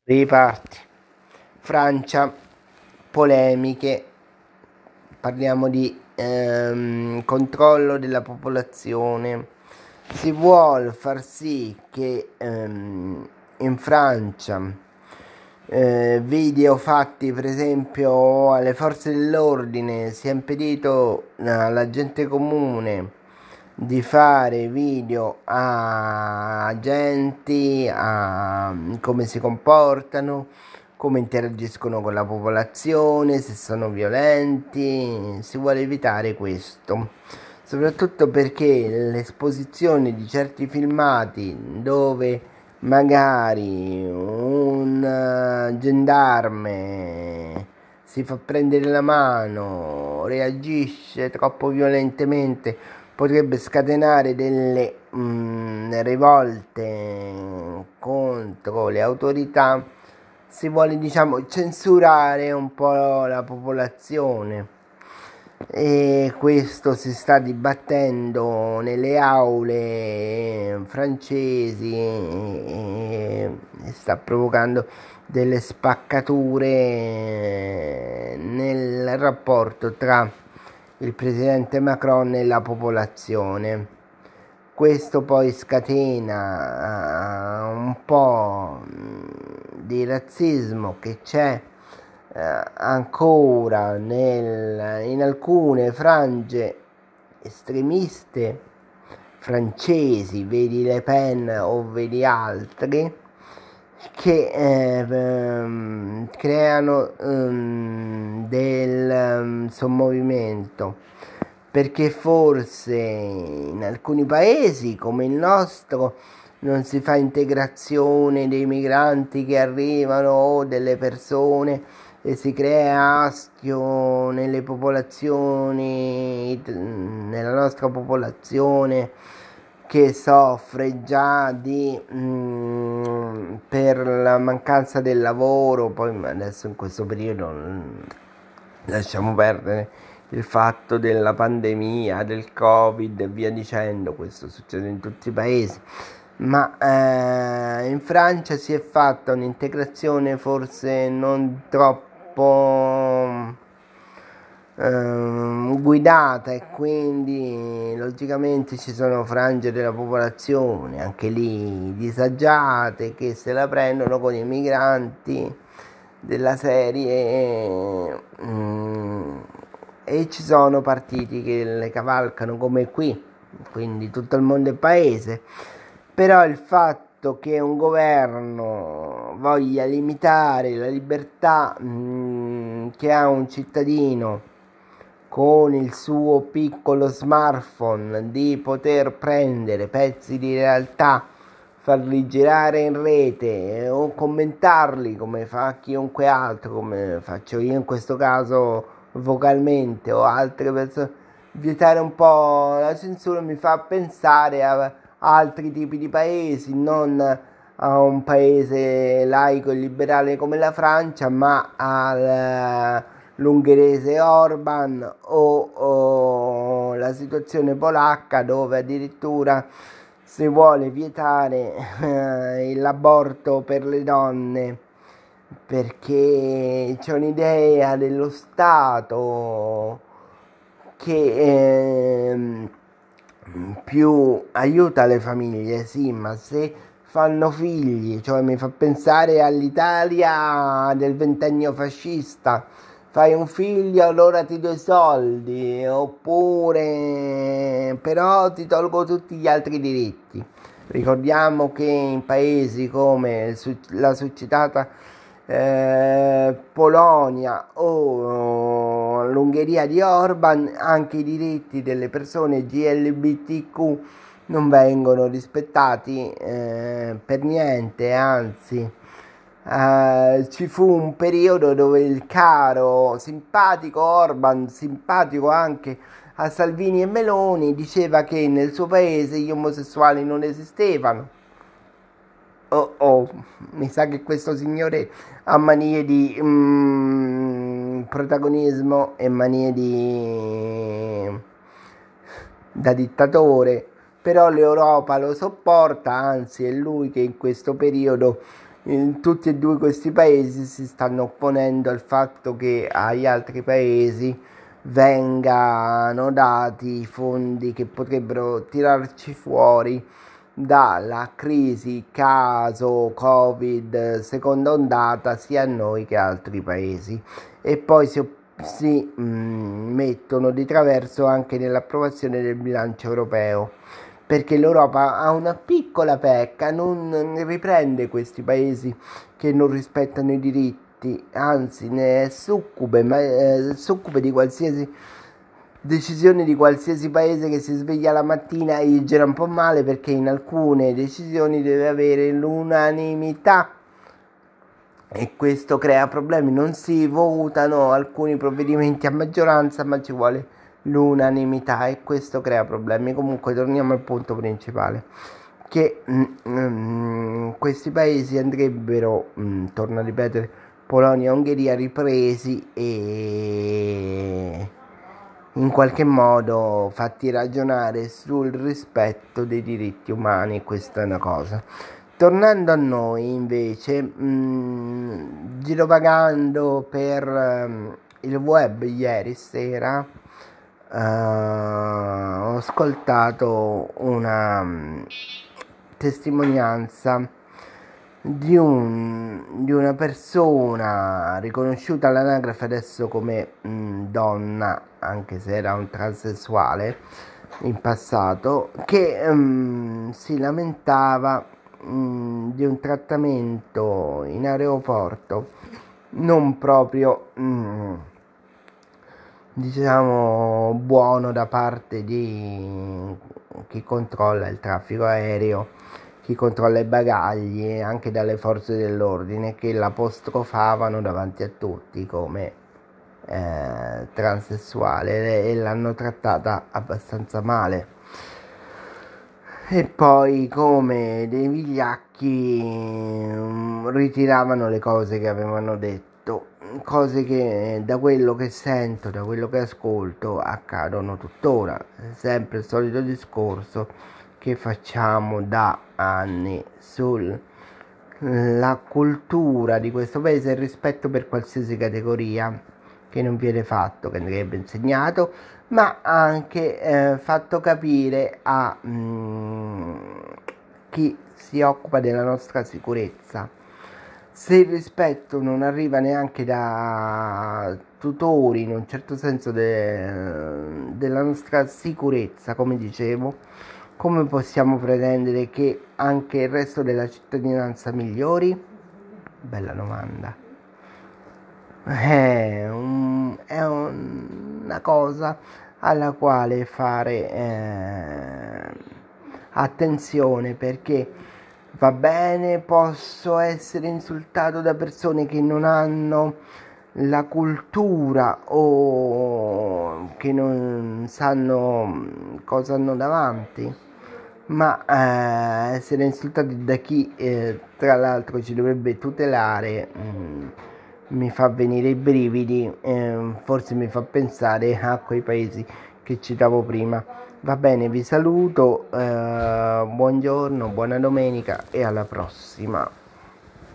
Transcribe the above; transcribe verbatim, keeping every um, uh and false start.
Riparti. Francia, polemiche, parliamo di ehm, controllo della popolazione. Si vuole far sì che ehm, in Francia eh, video fatti per esempio alle forze dell'ordine sia impedito alla gente comune di fare video a agenti, a come si comportano, come interagiscono con la popolazione, se sono violenti. Si vuole evitare questo, soprattutto perché l'esposizione di certi filmati dove magari un uh, gendarme si fa prendere la mano, reagisce troppo violentemente, potrebbe scatenare delle mh, rivolte contro le autorità. Si vuole, diciamo, censurare un po' la popolazione, e questo si sta dibattendo nelle aule francesi e sta provocando delle spaccature nel rapporto tra il presidente Macron e la popolazione. Questo poi scatena un po' di razzismo che c'è eh, ancora nel, in alcune frange estremiste francesi, vedi Le Pen o vedi altri, che eh, ehm, creano um, del um, sommovimento, perché forse in alcuni paesi come il nostro non si fa integrazione dei migranti che arrivano o delle persone e si crea astio nelle popolazioni, nella nostra popolazione che soffre già di mh, per la mancanza del lavoro. Poi adesso in questo periodo mh, lasciamo perdere il fatto della pandemia, del Covid e via dicendo, questo succede in tutti i paesi, ma eh, in Francia si è fatta un'integrazione forse non troppo eh, guidata, e quindi logicamente ci sono frange della popolazione anche lì disagiate che se la prendono con i migranti della serie mm, e ci sono partiti che le cavalcano come qui, quindi tutto il mondo è paese. Però il fatto che un governo voglia limitare la libertà mh, che ha un cittadino con il suo piccolo smartphone di poter prendere pezzi di realtà, farli girare in rete eh, o commentarli come fa chiunque altro, come faccio io in questo caso vocalmente, o altre persone, vietare un po' la censura mi fa pensare a altri tipi di paesi, non a un paese laico e liberale come la Francia, ma all'ungherese Orban o, o la situazione polacca, dove addirittura si vuole vietare eh, l'aborto per le donne, perché c'è un'idea dello Stato che eh, più aiuta le famiglie, sì, ma se fanno figli, cioè mi fa pensare all'Italia del ventennio fascista, fai un figlio allora ti do i soldi, oppure però ti tolgo tutti gli altri diritti. Ricordiamo che in paesi come la succitata eh, Polonia o l'Ungheria di Orban, anche i diritti delle persone G L B T Q non vengono rispettati eh, per niente, anzi eh, ci fu un periodo dove il caro simpatico Orban, simpatico anche a Salvini e Meloni, diceva che nel suo paese gli omosessuali non esistevano. Oh, oh, mi sa che questo signore ha manie di mm, protagonismo e manie di da dittatore, però l'Europa lo sopporta, anzi è lui che in questo periodo in tutti e due questi paesi si stanno opponendo al fatto che agli altri paesi vengano dati fondi che potrebbero tirarci fuori dalla crisi caso Covid seconda ondata sia a noi che a altri paesi, e poi si, si mh, mettono di traverso anche nell'approvazione del bilancio europeo, perché l'Europa ha una piccola pecca, non riprende questi paesi che non rispettano i diritti, anzi ne è succube, ma è succube di qualsiasi decisione di qualsiasi paese che si sveglia la mattina e gli gira un po' male, perché in alcune decisioni deve avere l'unanimità e questo crea problemi. Non si votano alcuni provvedimenti a maggioranza, ma ci vuole l'unanimità e questo crea problemi. Comunque torniamo al punto principale, che mm, questi paesi andrebbero, mm, torno a ripetere, Polonia e Ungheria, ripresi e in qualche modo fatti ragionare sul rispetto dei diritti umani. Questa è una cosa. Tornando a noi invece, mh, girovagando per um, il web ieri sera, uh, ho ascoltato una um, testimonianza di, un, di una persona riconosciuta all'anagrafe adesso come mh, donna, anche se era un transessuale in passato, che mh, si lamentava mh, di un trattamento in aeroporto non proprio mh, diciamo buono da parte di chi controlla il traffico aereo, chi controlla i bagagli, e anche dalle forze dell'ordine, che l'apostrofavano davanti a tutti come eh, transessuale e l'hanno trattata abbastanza male. E poi come dei vigliacchi um, ritiravano le cose che avevano detto, cose che da quello che sento, da quello che ascolto, accadono tuttora. Sempre il solito discorso che facciamo da anni sulla cultura di questo paese e il rispetto per qualsiasi categoria, che non viene fatto, che andrebbe insegnato, ma anche eh, fatto capire a mh, chi si occupa della nostra sicurezza. Se il rispetto non arriva neanche da tutori, in un certo senso, de, della nostra sicurezza, come dicevo, come possiamo pretendere che anche il resto della cittadinanza migliori? Bella domanda. È, un, è un, una cosa alla quale fare eh, attenzione, perché va bene, posso essere insultato da persone che non hanno la cultura o che non sanno cosa hanno davanti, ma eh, essere insultati da chi eh, tra l'altro ci dovrebbe tutelare mh, mi fa venire i brividi, eh, forse mi fa pensare a quei paesi che citavo prima. Va bene, vi saluto, eh, buongiorno, buona domenica e alla prossima.